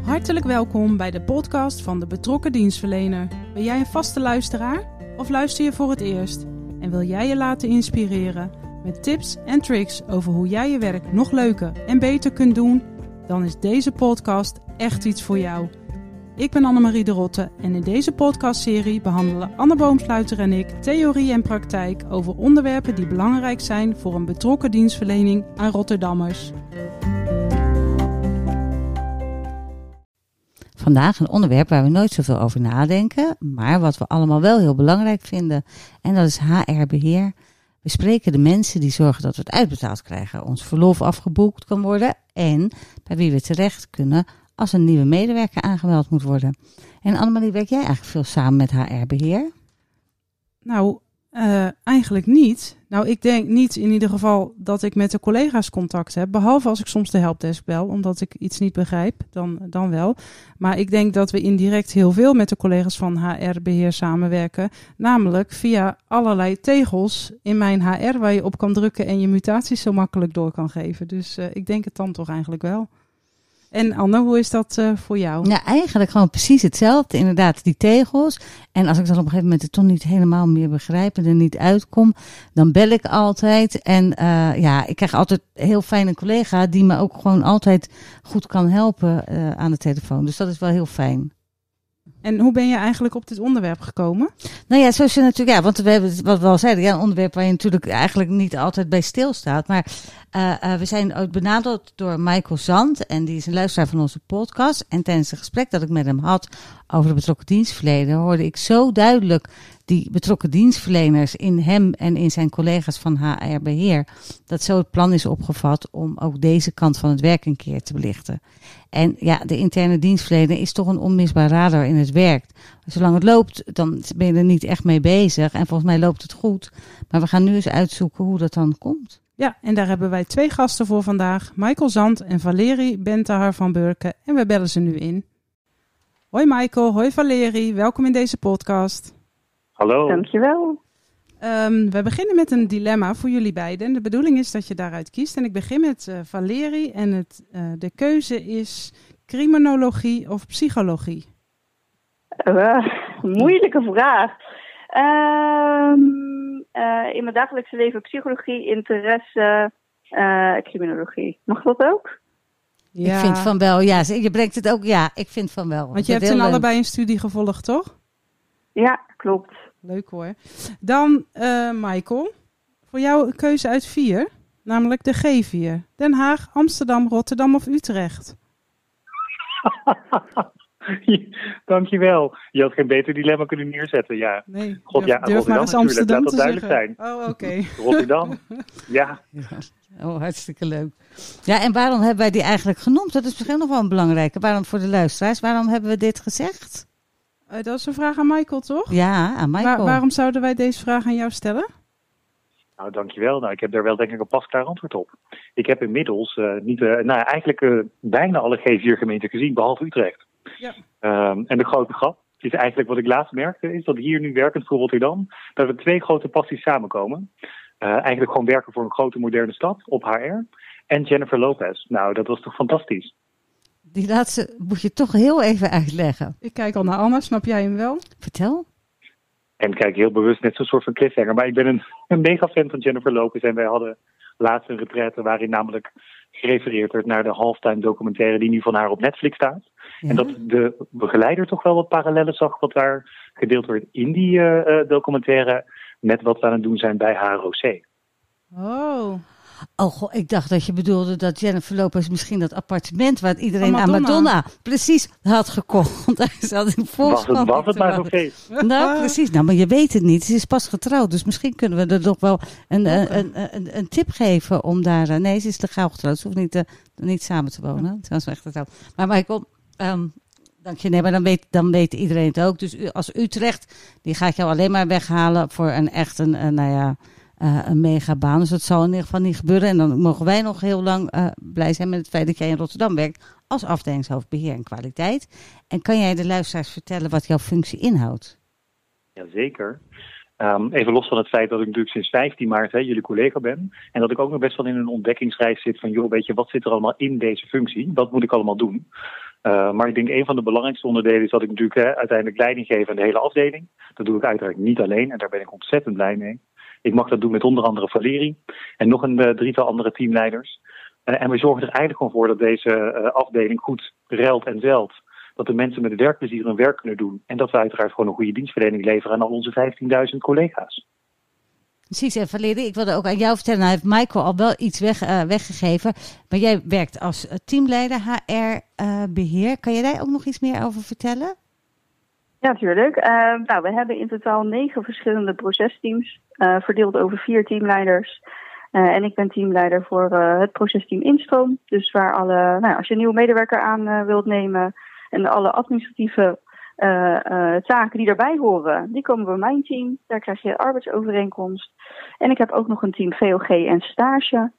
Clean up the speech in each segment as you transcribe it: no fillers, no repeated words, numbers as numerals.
Hartelijk welkom bij de podcast van de betrokken dienstverlener. Ben jij een vaste luisteraar of luister je voor het eerst? En wil jij je laten inspireren met tips en tricks over hoe jij je werk nog leuker en beter kunt doen? Dan is deze podcast echt iets voor jou. Ik ben Annemarie de Rotte en in deze podcastserie behandelen Anne Boomsluiter en ik theorie en praktijk over onderwerpen die belangrijk zijn voor een betrokken dienstverlening aan Rotterdammers. Vandaag een onderwerp waar we nooit zoveel over nadenken, maar wat we allemaal wel heel belangrijk vinden. En dat is HR-beheer. We spreken de mensen die zorgen dat we het uitbetaald krijgen, ons verlof afgeboekt kan worden en bij wie we terecht kunnen als een nieuwe medewerker aangemeld moet worden. En Annemarie, werk jij eigenlijk veel samen met HR-beheer? Nou, eigenlijk niet. Nou, ik denk niet in ieder geval dat ik met de collega's contact heb. Behalve als ik soms de helpdesk bel, omdat ik iets niet begrijp, dan wel. Maar ik denk dat we indirect heel veel met de collega's van HR-beheer samenwerken. Namelijk via allerlei tegels in mijn HR waar je op kan drukken en je mutaties zo makkelijk door kan geven. Dus ik denk het dan toch eigenlijk wel. En Anne, hoe is dat voor jou? Ja, eigenlijk gewoon precies hetzelfde. Inderdaad, die tegels. En als ik dan op een gegeven moment het toch niet helemaal meer begrijp en er niet uitkom, dan bel ik altijd. En ik krijg altijd een heel fijne collega die me ook gewoon altijd goed kan helpen aan de telefoon. Dus dat is wel heel fijn. En hoe ben je eigenlijk op dit onderwerp gekomen? Nou ja, zoals je natuurlijk, ja, want we hebben wat we al zeiden, ja, een onderwerp waar je natuurlijk eigenlijk niet altijd bij stilstaat. Maar we zijn ook benaderd door Michael Zand en die is een luisteraar van onze podcast. En tijdens het gesprek dat ik met hem had over de betrokken dienstverlener, hoorde ik zo duidelijk die betrokken dienstverleners in hem en in zijn collega's van HR-beheer, dat zo het plan is opgevat om ook deze kant van het werk een keer te belichten. En ja, de interne dienstverlener is toch een onmisbaar radar in het werk. Zolang het loopt, dan ben je er niet echt mee bezig. En volgens mij loopt het goed. Maar we gaan nu eens uitzoeken hoe dat dan komt. Ja, en daar hebben wij 2 gasten voor vandaag. Michael Zand en Valerie Bentahar van Burken. En we bellen ze nu in. Hoi Michael, hoi Valerie. Welkom in deze podcast. Hallo. Dankjewel. We beginnen met een dilemma voor jullie beiden. En de bedoeling is dat je daaruit kiest. En ik begin met Valerie. En de keuze is criminologie of psychologie? Moeilijke vraag. In mijn dagelijkse leven psychologie, interesse, criminologie. Mag dat ook? Ja. Ik vind van wel, ja. Je brengt het ook, ja. Ik vind van wel. Want je hebt in allebei een studie gevolgd, toch? Ja, klopt. Leuk hoor. Dan Michael, voor jou een keuze uit 4, namelijk de G4. Den Haag, Amsterdam, Rotterdam of Utrecht? Dankjewel. Je had geen beter dilemma kunnen neerzetten, ja. Nee, God, ja, durf maar eens Amsterdam laat dat te duidelijk zeggen. zijn. Oh, oké. Rotterdam, ja. Oh, hartstikke leuk. Ja, en waarom hebben wij die eigenlijk genoemd? Dat is misschien nog wel een belangrijke. Waarom voor de luisteraars? Waarom hebben we dit gezegd? Dat is een vraag aan Michael, toch? Ja, aan Michael. Waarom zouden wij deze vraag aan jou stellen? Nou, dankjewel. Nou, ik heb daar wel denk ik een pasklaar antwoord op. Ik heb inmiddels bijna alle G4-gemeenten gezien, behalve Utrecht. Ja. En de grote grap is eigenlijk wat ik laatst merkte, is dat hier nu werkend voor Rotterdam, dat er 2 grote passies samenkomen. Eigenlijk gewoon werken voor een grote moderne stad op HR en Jennifer Lopez. Nou, dat was toch fantastisch. Die laatste moet je toch heel even uitleggen. Ik kijk al naar Anna, snap jij hem wel? Vertel. En kijk, heel bewust net zo'n soort van cliffhanger. Maar ik ben een mega fan van Jennifer Lopez. En wij hadden laatst een retraite waarin namelijk gerefereerd werd naar de halftime documentaire die nu van haar op Netflix staat. Ja. En dat de begeleider toch wel wat parallellen zag wat daar gedeeld wordt in die documentaire met wat we aan het doen zijn bij HROC. Oh, goh, ik dacht dat je bedoelde dat Jennifer Lopez misschien dat appartement waar iedereen aan Madonna precies had gekocht. Was het maar zo feest? Nou, precies. Nou, maar je weet het niet. Ze is pas getrouwd, dus misschien kunnen we er nog wel een tip geven om daar... nee, ze is legaal getrouwd. Ze hoeft niet samen te wonen. Dat is echt getrouwd. Maar Michael, dank je. Nee, maar dan weet iedereen het ook. Dus als Utrecht, die ga ik jou alleen maar weghalen voor een megabaan. Dus dat zal in ieder geval niet gebeuren. En dan mogen wij nog heel lang blij zijn met het feit dat jij in Rotterdam werkt als afdelingshoofd beheer en kwaliteit. En kan jij de luisteraars vertellen wat jouw functie inhoudt? Jazeker. Even los van het feit dat ik natuurlijk sinds 15 maart jullie collega ben. En dat ik ook nog best wel in een ontdekkingsreis zit van, joh, weet je, wat zit er allemaal in deze functie? Wat moet ik allemaal doen? Maar ik denk een van de belangrijkste onderdelen is dat ik natuurlijk uiteindelijk leiding geef aan de hele afdeling. Dat doe ik uiteraard niet alleen en daar ben ik ontzettend blij mee. Ik mag dat doen met onder andere Valerie en nog een drietal andere teamleiders. En we zorgen er eigenlijk gewoon voor dat deze afdeling goed ruilt en zeilt. Dat de mensen met werkplezier hun werk kunnen doen. En dat we uiteraard gewoon een goede dienstverlening leveren aan al onze 15.000 collega's. Precies, en Valerie, ik wilde ook aan jou vertellen, nou heeft Michael al wel iets weggegeven. Maar jij werkt als teamleider HR-beheer. Kan je daar ook nog iets meer over vertellen? Ja, natuurlijk. We hebben in totaal 9 verschillende procesteams, verdeeld over 4 teamleiders. En ik ben teamleider voor het procesteam Instroom. Dus waar als je een nieuwe medewerker aan wilt nemen en alle administratieve taken die daarbij horen, die komen bij mijn team. Daar krijg je arbeidsovereenkomst. En ik heb ook nog een team VOG en stage.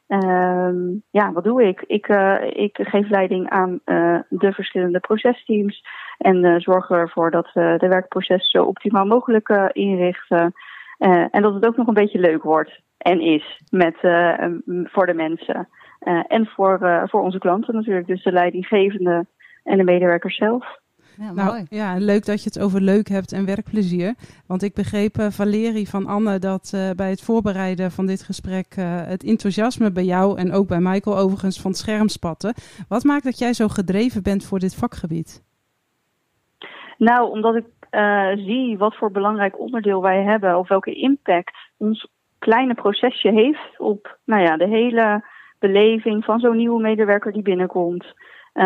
Wat doe ik? Ik geef leiding aan de verschillende procesteams en zorg ervoor dat we de werkproces zo optimaal mogelijk inrichten. En dat het ook nog een beetje leuk wordt en is voor de mensen. En voor onze klanten natuurlijk, dus de leidinggevende en de medewerkers zelf. Ja, mooi. Ja, leuk dat je het over leuk hebt en werkplezier. Want ik begreep, Valerie van Anne, dat bij het voorbereiden van dit gesprek het enthousiasme bij jou en ook bij Michael overigens van het scherm spatte. Wat maakt dat jij zo gedreven bent voor dit vakgebied? Nou, omdat ik zie wat voor belangrijk onderdeel wij hebben, of welke impact ons kleine procesje heeft op de hele beleving van zo'n nieuwe medewerker die binnenkomt.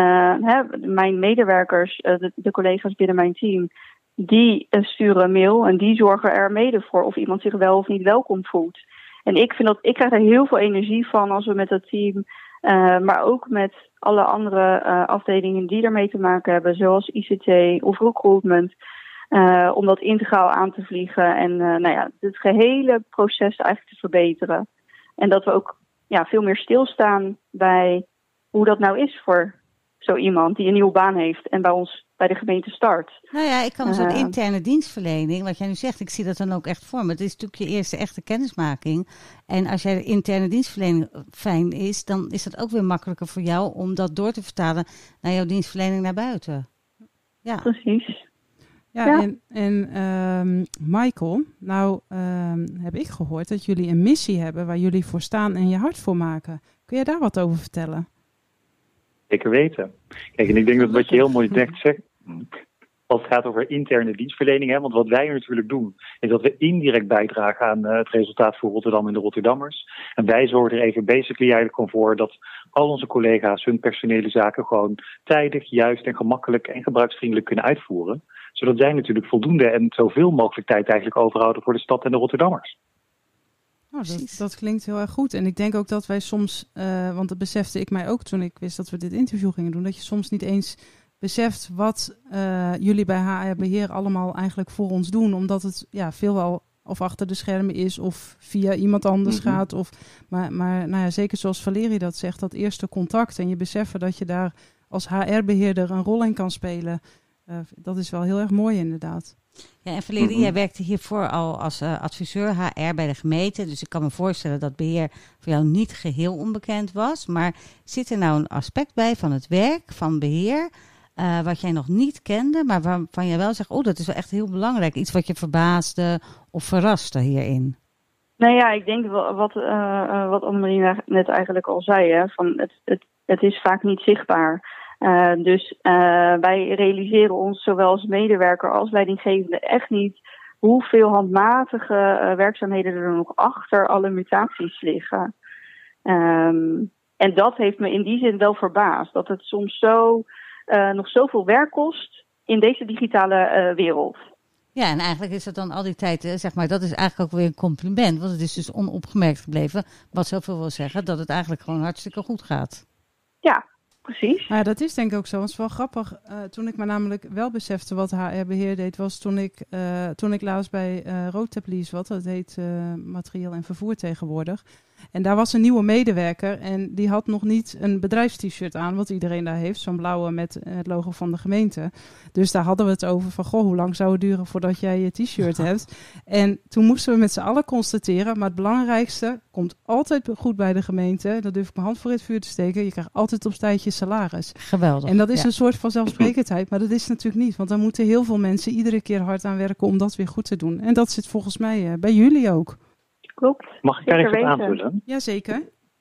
Mijn medewerkers, de collega's binnen mijn team, die sturen een mail en die zorgen er mede voor of iemand zich wel of niet welkom voelt. En ik krijg er heel veel energie van als we met het team, maar ook met alle andere afdelingen die ermee te maken hebben, zoals ICT of recruitment, om dat integraal aan te vliegen en het gehele proces eigenlijk te verbeteren. En dat we ook veel meer stilstaan bij hoe dat nou is voor zo iemand die een nieuwe baan heeft en bij de gemeente start. Nou ja, ik kan zo'n interne dienstverlening, wat jij nu zegt, ik zie dat dan ook echt voor me. Het is natuurlijk je eerste echte kennismaking. En als jij de interne dienstverlening fijn is, dan is dat ook weer makkelijker voor jou om dat door te vertalen naar jouw dienstverlening naar buiten. Ja, precies. Ja. En Michael, nou heb ik gehoord dat jullie een missie hebben waar jullie voor staan en je hart voor maken. Kun je daar wat over vertellen? Zeker weten. Kijk, en ik denk dat wat je heel mooi zegt, als het gaat over interne dienstverlening, want wat wij natuurlijk doen, is dat we indirect bijdragen aan het resultaat voor Rotterdam en de Rotterdammers. En wij zorgen er even basically eigenlijk gewoon voor dat al onze collega's hun personele zaken gewoon tijdig, juist en gemakkelijk en gebruiksvriendelijk kunnen uitvoeren. Zodat zij natuurlijk voldoende en zoveel mogelijk tijd eigenlijk overhouden voor de stad en de Rotterdammers. Oh, dat klinkt heel erg goed. En ik denk ook dat wij soms, want dat besefte ik mij ook toen ik wist dat we dit interview gingen doen, dat je soms niet eens beseft wat jullie bij HR Beheer allemaal eigenlijk voor ons doen. Omdat het veelal of achter de schermen is of via iemand anders gaat. Maar zeker zoals Valerie dat zegt, dat eerste contact en je beseffen dat je daar als HR-beheerder een rol in kan spelen. Dat is wel heel erg mooi inderdaad. Ja, en Valerie, jij werkte hiervoor al als adviseur HR bij de gemeente. Dus ik kan me voorstellen dat beheer voor jou niet geheel onbekend was. Maar zit er nou een aspect bij van het werk, van beheer, wat jij nog niet kende, maar waarvan jij wel zegt, dat is wel echt heel belangrijk. Iets wat je verbaasde of verraste hierin? Nou ja, ik denk wat Annemarie net eigenlijk al zei, hè, van het is vaak niet zichtbaar. Dus wij realiseren ons zowel als medewerker als leidinggevende echt niet hoeveel handmatige werkzaamheden er nog achter alle mutaties liggen. En dat heeft me in die zin wel verbaasd. Dat het soms nog zoveel werk kost in deze digitale wereld. Ja, en eigenlijk is het dan al die tijd, zeg maar, dat is eigenlijk ook weer een compliment. Want het is dus onopgemerkt gebleven. Wat zoveel wil zeggen dat het eigenlijk gewoon hartstikke goed gaat. Ja, precies. Ja, dat is denk ik ook zo. Het is wel grappig. Toen ik me namelijk wel besefte wat HR-beheer deed, was toen ik laatst bij Roodtap Lease, dat heet materieel en vervoer tegenwoordig. En daar was een nieuwe medewerker en die had nog niet een bedrijfst-shirt aan, wat iedereen daar heeft. Zo'n blauwe met het logo van de gemeente. Dus daar hadden we het over van, goh, hoe lang zou het duren voordat jij je t-shirt hebt? En toen moesten we met z'n allen constateren, maar het belangrijkste komt altijd goed bij de gemeente. Daar durf ik mijn hand voor in het vuur te steken. Je krijgt altijd op tijd je salaris. Geweldig. En dat is een soort van zelfsprekendheid, maar dat is natuurlijk niet. Want daar moeten heel veel mensen iedere keer hard aan werken om dat weer goed te doen. En dat zit volgens mij bij jullie ook. Klopt. Mag ik daar even op aanvullen? Jazeker.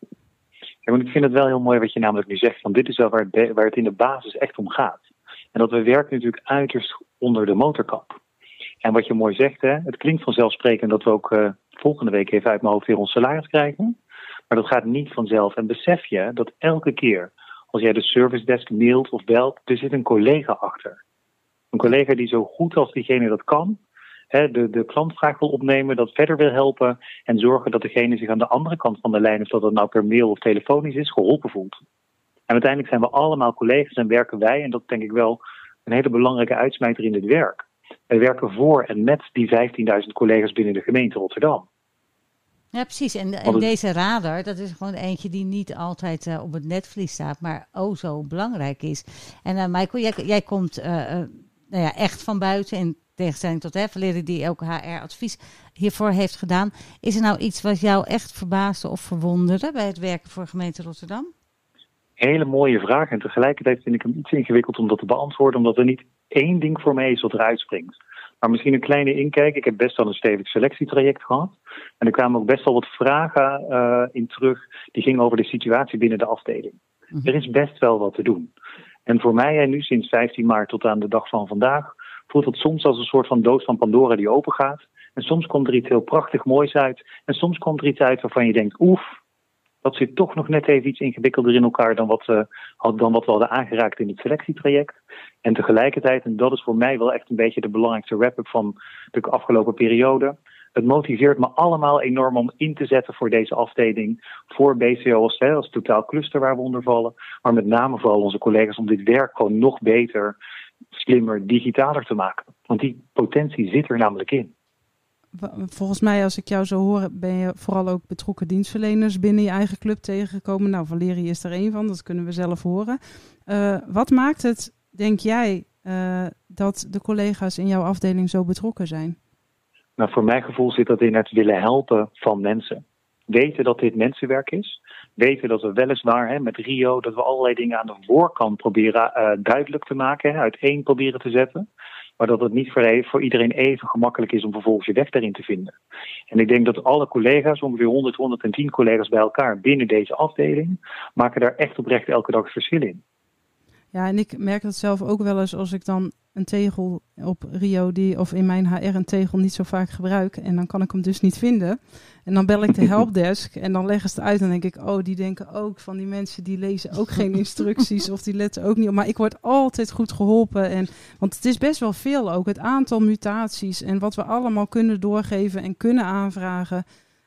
Ja, want ik vind het wel heel mooi wat je namelijk nu zegt. Van dit is wel waar het in de basis echt om gaat. En dat we werken natuurlijk uiterst onder de motorkap. En wat je mooi zegt, hè, het klinkt vanzelfsprekend dat we ook volgende week even uit mijn hoofd weer ons salaris krijgen. Maar dat gaat niet vanzelf. En besef je dat elke keer als jij de service desk mailt of belt, er zit een collega achter. Een collega die zo goed als diegene dat kan, de klantvraag wil opnemen, dat verder wil helpen en zorgen dat degene zich aan de andere kant van de lijn, of dat het nou per mail of telefonisch is, geholpen voelt. En uiteindelijk zijn we allemaal collega's en werken wij, en dat denk ik wel een hele belangrijke uitsmijter in het werk. Wij werken voor en met die 15.000 collega's binnen de gemeente Rotterdam. Ja, precies. En deze radar, dat is gewoon eentje die niet altijd op het netvlies staat, maar zo belangrijk is. En Michael, jij komt echt van buiten, in tegenstelling tot Valerie die ook HR-advies hiervoor heeft gedaan. Is er nou iets wat jou echt verbaasde of verwonderde bij het werken voor gemeente Rotterdam? Hele mooie vraag en tegelijkertijd vind ik hem iets ingewikkeld om dat te beantwoorden, omdat er niet één ding voor mij is wat eruit springt. Maar misschien een kleine inkijk. Ik heb best wel een stevig selectietraject gehad. En er kwamen ook best wel wat vragen in terug die gingen over de situatie binnen de afdeling. Er is best wel wat te doen. En voor mij, en nu sinds 15 maart tot aan de dag van vandaag, voelt het soms als een soort van doos van Pandora die open gaat. En soms komt er iets heel prachtig moois uit. En soms komt er iets uit waarvan je denkt, dat zit toch nog net even iets ingewikkelder in elkaar dan wat we hadden aangeraakt in het selectietraject. En tegelijkertijd, en dat is voor mij wel echt een beetje de belangrijkste wrap-up van de afgelopen periode, het motiveert me allemaal enorm om in te zetten voor deze afdeling, voor BCO als totaal cluster waar we onder vallen, maar met name vooral onze collega's om dit werk gewoon nog beter, slimmer, digitaler te maken. Want die potentie zit er namelijk in. Volgens mij, als ik jou zo hoor, ben je vooral ook betrokken dienstverleners binnen je eigen club tegengekomen. Nou, Valerie is er één van, dat kunnen we zelf horen. Wat maakt het, denk jij, dat de collega's in jouw afdeling zo betrokken zijn? Nou, voor mijn gevoel zit dat in het willen helpen van mensen. Weten dat dit mensenwerk is. Weten dat we weliswaar met Rio, dat we allerlei dingen aan de voorkant proberen duidelijk te maken, uiteen proberen te zetten. Maar dat het niet voor iedereen even gemakkelijk is om vervolgens je weg daarin te vinden. En ik denk dat alle collega's, ongeveer 100, 110 collega's bij elkaar binnen deze afdeling, maken daar echt oprecht elke dag het verschil in. Ja, en ik merk dat zelf ook wel eens als ik dan een tegel op Rio, of in mijn HR een tegel niet zo vaak gebruik. En dan kan ik hem dus niet vinden. En dan bel ik de helpdesk en dan leggen ze het uit. En dan denk ik, die denken ook van die mensen die lezen ook geen instructies of die letten ook niet op. Maar ik word altijd goed geholpen. Want het is best wel veel ook. Het aantal mutaties en wat we allemaal kunnen doorgeven en kunnen aanvragen.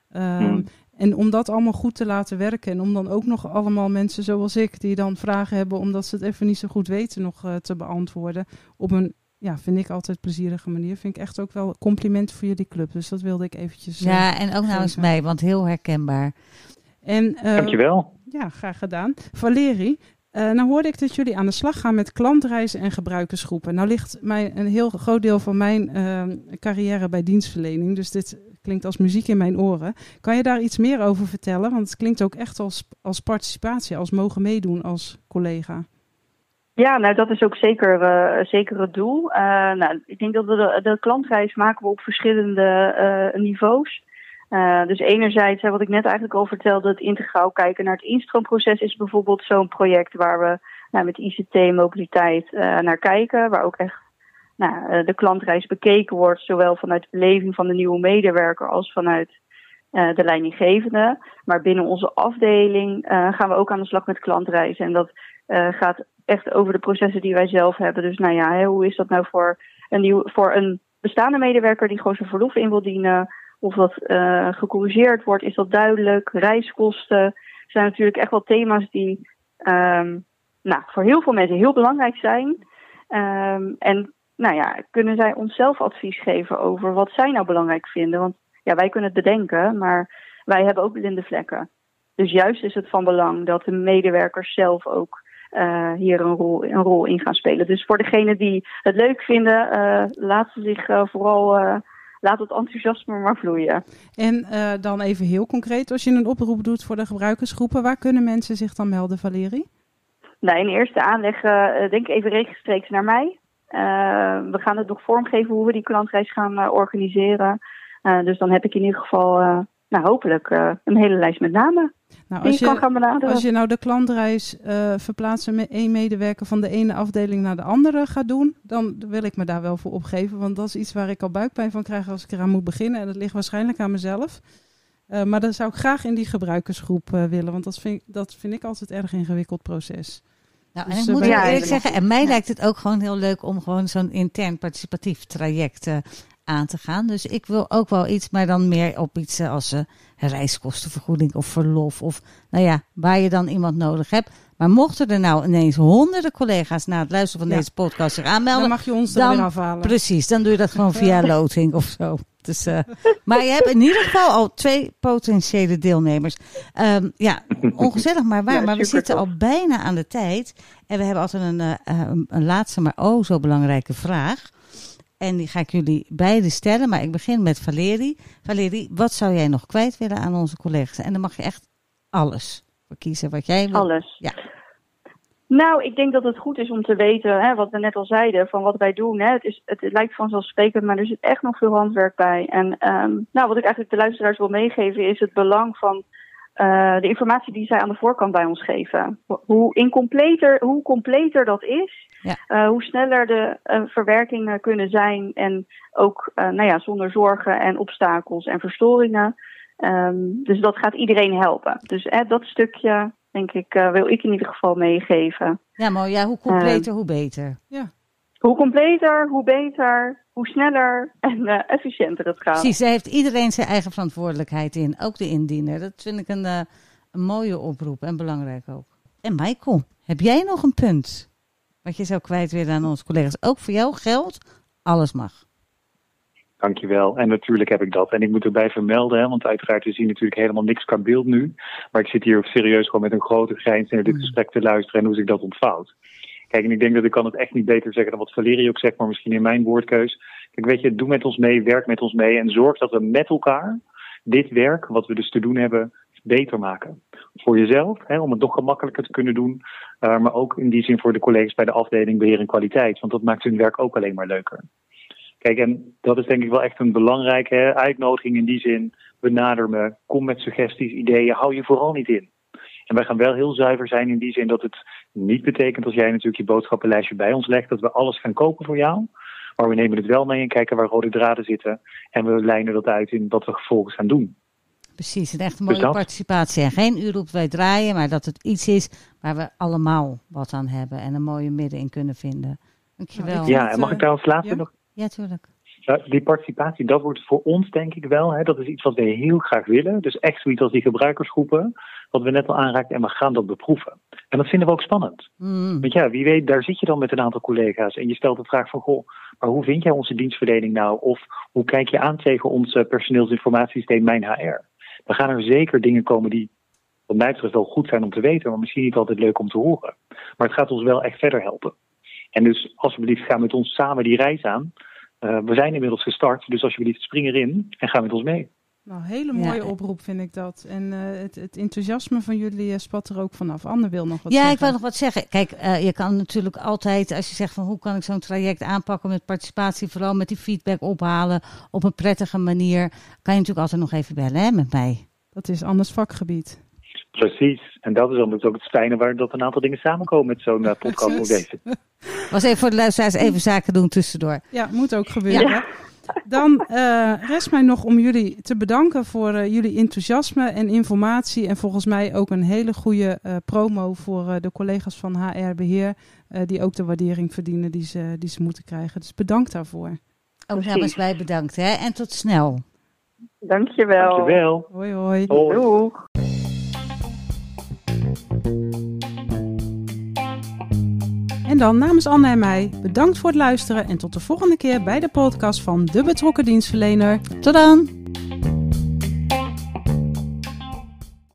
En om dat allemaal goed te laten werken. En om dan ook nog allemaal mensen zoals ik die dan vragen hebben omdat ze het even niet zo goed weten nog te beantwoorden. Op een, vind ik altijd plezierige manier. Vind ik echt ook wel complimenten voor jullie club. Dus dat wilde ik eventjes en ook nou eens mij, want heel herkenbaar. Dankjewel. Ja, graag gedaan. Valerie, nou hoorde ik dat jullie aan de slag gaan met klantreizen en gebruikersgroepen. Nou ligt mij een heel groot deel van mijn carrière bij dienstverlening. Dus dit klinkt als muziek in mijn oren. Kan je daar iets meer over vertellen? Want het klinkt ook echt als participatie, als mogen meedoen als collega. Ja, nou dat is ook zeker het doel. Ik denk dat we de klantreis maken we op verschillende niveaus. Dus enerzijds, wat ik net eigenlijk al vertelde, het integraal kijken naar het instroomproces is bijvoorbeeld zo'n project waar we met ICT, mobiliteit naar kijken. Waar ook echt de klantreis bekeken wordt, zowel vanuit de beleving van de nieuwe medewerker als vanuit de leidinggevende. Maar binnen onze afdeling gaan we ook aan de slag met klantreizen. En dat gaat echt over de processen die wij zelf hebben. Dus hoe is dat nou voor een bestaande medewerker die gewoon zijn verlof in wil dienen? Of dat gecorrigeerd wordt, is dat duidelijk? Reiskosten zijn natuurlijk echt wel thema's die voor heel veel mensen heel belangrijk zijn. Kunnen zij onszelf advies geven over wat zij nou belangrijk vinden? Want wij kunnen het bedenken, maar wij hebben ook blinde vlekken. Dus juist is het van belang dat de medewerkers zelf ook hier een rol in gaan spelen. Dus voor degenen die het leuk vinden, laat het enthousiasme maar vloeien. En dan even heel concreet, als je een oproep doet voor de gebruikersgroepen, waar kunnen mensen zich dan melden, Valerie? Nou, in eerste aanleg denk ik even rechtstreeks naar mij. We gaan het nog vormgeven hoe we die klantreis gaan organiseren. Dus dan heb ik in ieder geval hopelijk een hele lijst met namen. Nou, die je kan gaan benaderen. Als je nou de klantreis verplaatsen met één medewerker van de ene afdeling naar de andere gaat doen, dan wil ik me daar wel voor opgeven. Want dat is iets waar ik al buikpijn van krijg als ik eraan moet beginnen. En dat ligt waarschijnlijk aan mezelf. Maar dan zou ik graag in die gebruikersgroep willen. Want dat vind ik altijd een erg ingewikkeld proces. Nou, en ik moet eerlijk zeggen, en mij lijkt het ook gewoon heel leuk om gewoon zo'n intern participatief traject aan te gaan. Dus ik wil ook wel iets, maar dan meer op iets als reiskostenvergoeding of verlof. Of waar je dan iemand nodig hebt. Maar mochten er nou ineens honderden collega's na het luisteren van deze podcast zich aanmelden. Dan mag je ons er weer afhalen. Precies, dan doe je dat gewoon via loting of zo. Dus, maar je hebt in ieder geval al 2 potentiële deelnemers. Ongezellig maar waar. Maar we zitten al bijna aan de tijd. En we hebben altijd een laatste, maar zo belangrijke vraag. En die ga ik jullie beiden stellen. Maar ik begin met Valerie. Valerie, wat zou jij nog kwijt willen aan onze collega's? En dan mag je echt alles voor kiezen wat jij wil. Alles? Ja. Nou, ik denk dat het goed is om te weten, wat we net al zeiden, van wat wij doen. Het lijkt vanzelfsprekend, maar er zit echt nog veel handwerk bij. En wat ik eigenlijk de luisteraars wil meegeven is het belang van de informatie die zij aan de voorkant bij ons geven. Hoe completer dat is, hoe sneller de verwerkingen kunnen zijn en ook zonder zorgen en obstakels en verstoringen. Dus dat gaat iedereen helpen. Dus dat stukje, denk ik, wil ik in ieder geval meegeven. Ja, maar hoe completer, hoe beter. Ja. Hoe completer, hoe beter, hoe sneller en efficiënter het gaat. Precies, daar heeft iedereen zijn eigen verantwoordelijkheid in. Ook de indiener. Dat vind ik een mooie oproep en belangrijk ook. En Michael, heb jij nog een punt wat je zou kwijt willen aan onze collega's? Ook voor jou geldt, alles mag. Dankjewel. En natuurlijk heb ik dat. En ik moet erbij vermelden, want uiteraard we zien natuurlijk helemaal niks qua beeld nu. Maar ik zit hier serieus gewoon met een grote grijns naar dit gesprek te luisteren en hoe zich dat ontvouwt. Kijk, en ik denk dat ik kan het echt niet beter zeggen dan wat Valerie ook zegt, maar misschien in mijn woordkeus. Kijk, weet je, doe met ons mee, werk met ons mee en zorg dat we met elkaar dit werk, wat we dus te doen hebben, beter maken. Voor jezelf, om het nog gemakkelijker te kunnen doen, maar ook in die zin voor de collega's bij de afdeling beheer en kwaliteit, want dat maakt hun werk ook alleen maar leuker. Kijk, en dat is denk ik wel echt een belangrijke uitnodiging in die zin. Benader me, kom met suggesties, ideeën, hou je vooral niet in. En wij gaan wel heel zuiver zijn in die zin dat het niet betekent als jij natuurlijk je boodschappenlijstje bij ons legt, dat we alles gaan kopen voor jou. Maar we nemen het wel mee en kijken waar rode draden zitten. En we lijnen dat uit in wat we vervolgens gaan doen. Precies, een echt mooie participatie. En geen uur op wij draaien, maar dat het iets is waar we allemaal wat aan hebben. En een mooie midden in kunnen vinden. Dankjewel. Ja, en mag ik trouwens laatste nog? Ja, tuurlijk. Die participatie, dat wordt voor ons denk ik wel. Dat is iets wat we heel graag willen. Dus echt zoiets als die gebruikersgroepen, wat we net al aanraakten. En we gaan dat beproeven. En dat vinden we ook spannend. Want wie weet, daar zit je dan met een aantal collega's. En je stelt de vraag van, maar hoe vind jij onze dienstverlening nou? Of hoe kijk je aan tegen ons personeelsinformatiesysteem Mijn HR? Dan gaan er zeker dingen komen die wat mij betreft wel goed zijn om te weten. Maar misschien niet altijd leuk om te horen. Maar het gaat ons wel echt verder helpen. En dus alsjeblieft, ga met ons samen die reis aan. We zijn inmiddels gestart, dus alsjeblieft spring erin en ga met ons mee. Nou, hele mooie oproep vind ik dat. En het enthousiasme van jullie spat er ook vanaf. Anne wil nog wat zeggen. Ja, ik wil nog wat zeggen. Kijk, je kan natuurlijk altijd, als je zegt van hoe kan ik zo'n traject aanpakken met participatie, vooral met die feedback ophalen op een prettige manier, kan je natuurlijk altijd nog even bellen met mij. Dat is Anne's vakgebied. Precies. En dat is dan ook het fijne waar dat een aantal dingen samenkomen met zo'n podcast als deze. Was even voor de luisteraars even zaken doen tussendoor. Ja, moet ook gebeuren. Ja. Dan rest mij nog om jullie te bedanken voor jullie enthousiasme en informatie. En volgens mij ook een hele goede promo voor de collega's van HR Beheer. Die ook de waardering verdienen die ze moeten krijgen. Dus bedankt daarvoor. Ook namens wij bedankt. Hè? En tot snel. Dankjewel. Dankjewel. Hoi hoi. Doeg. En dan namens Anne en mij, bedankt voor het luisteren en tot de volgende keer bij de podcast van De Betrokken Dienstverlener. Tot dan!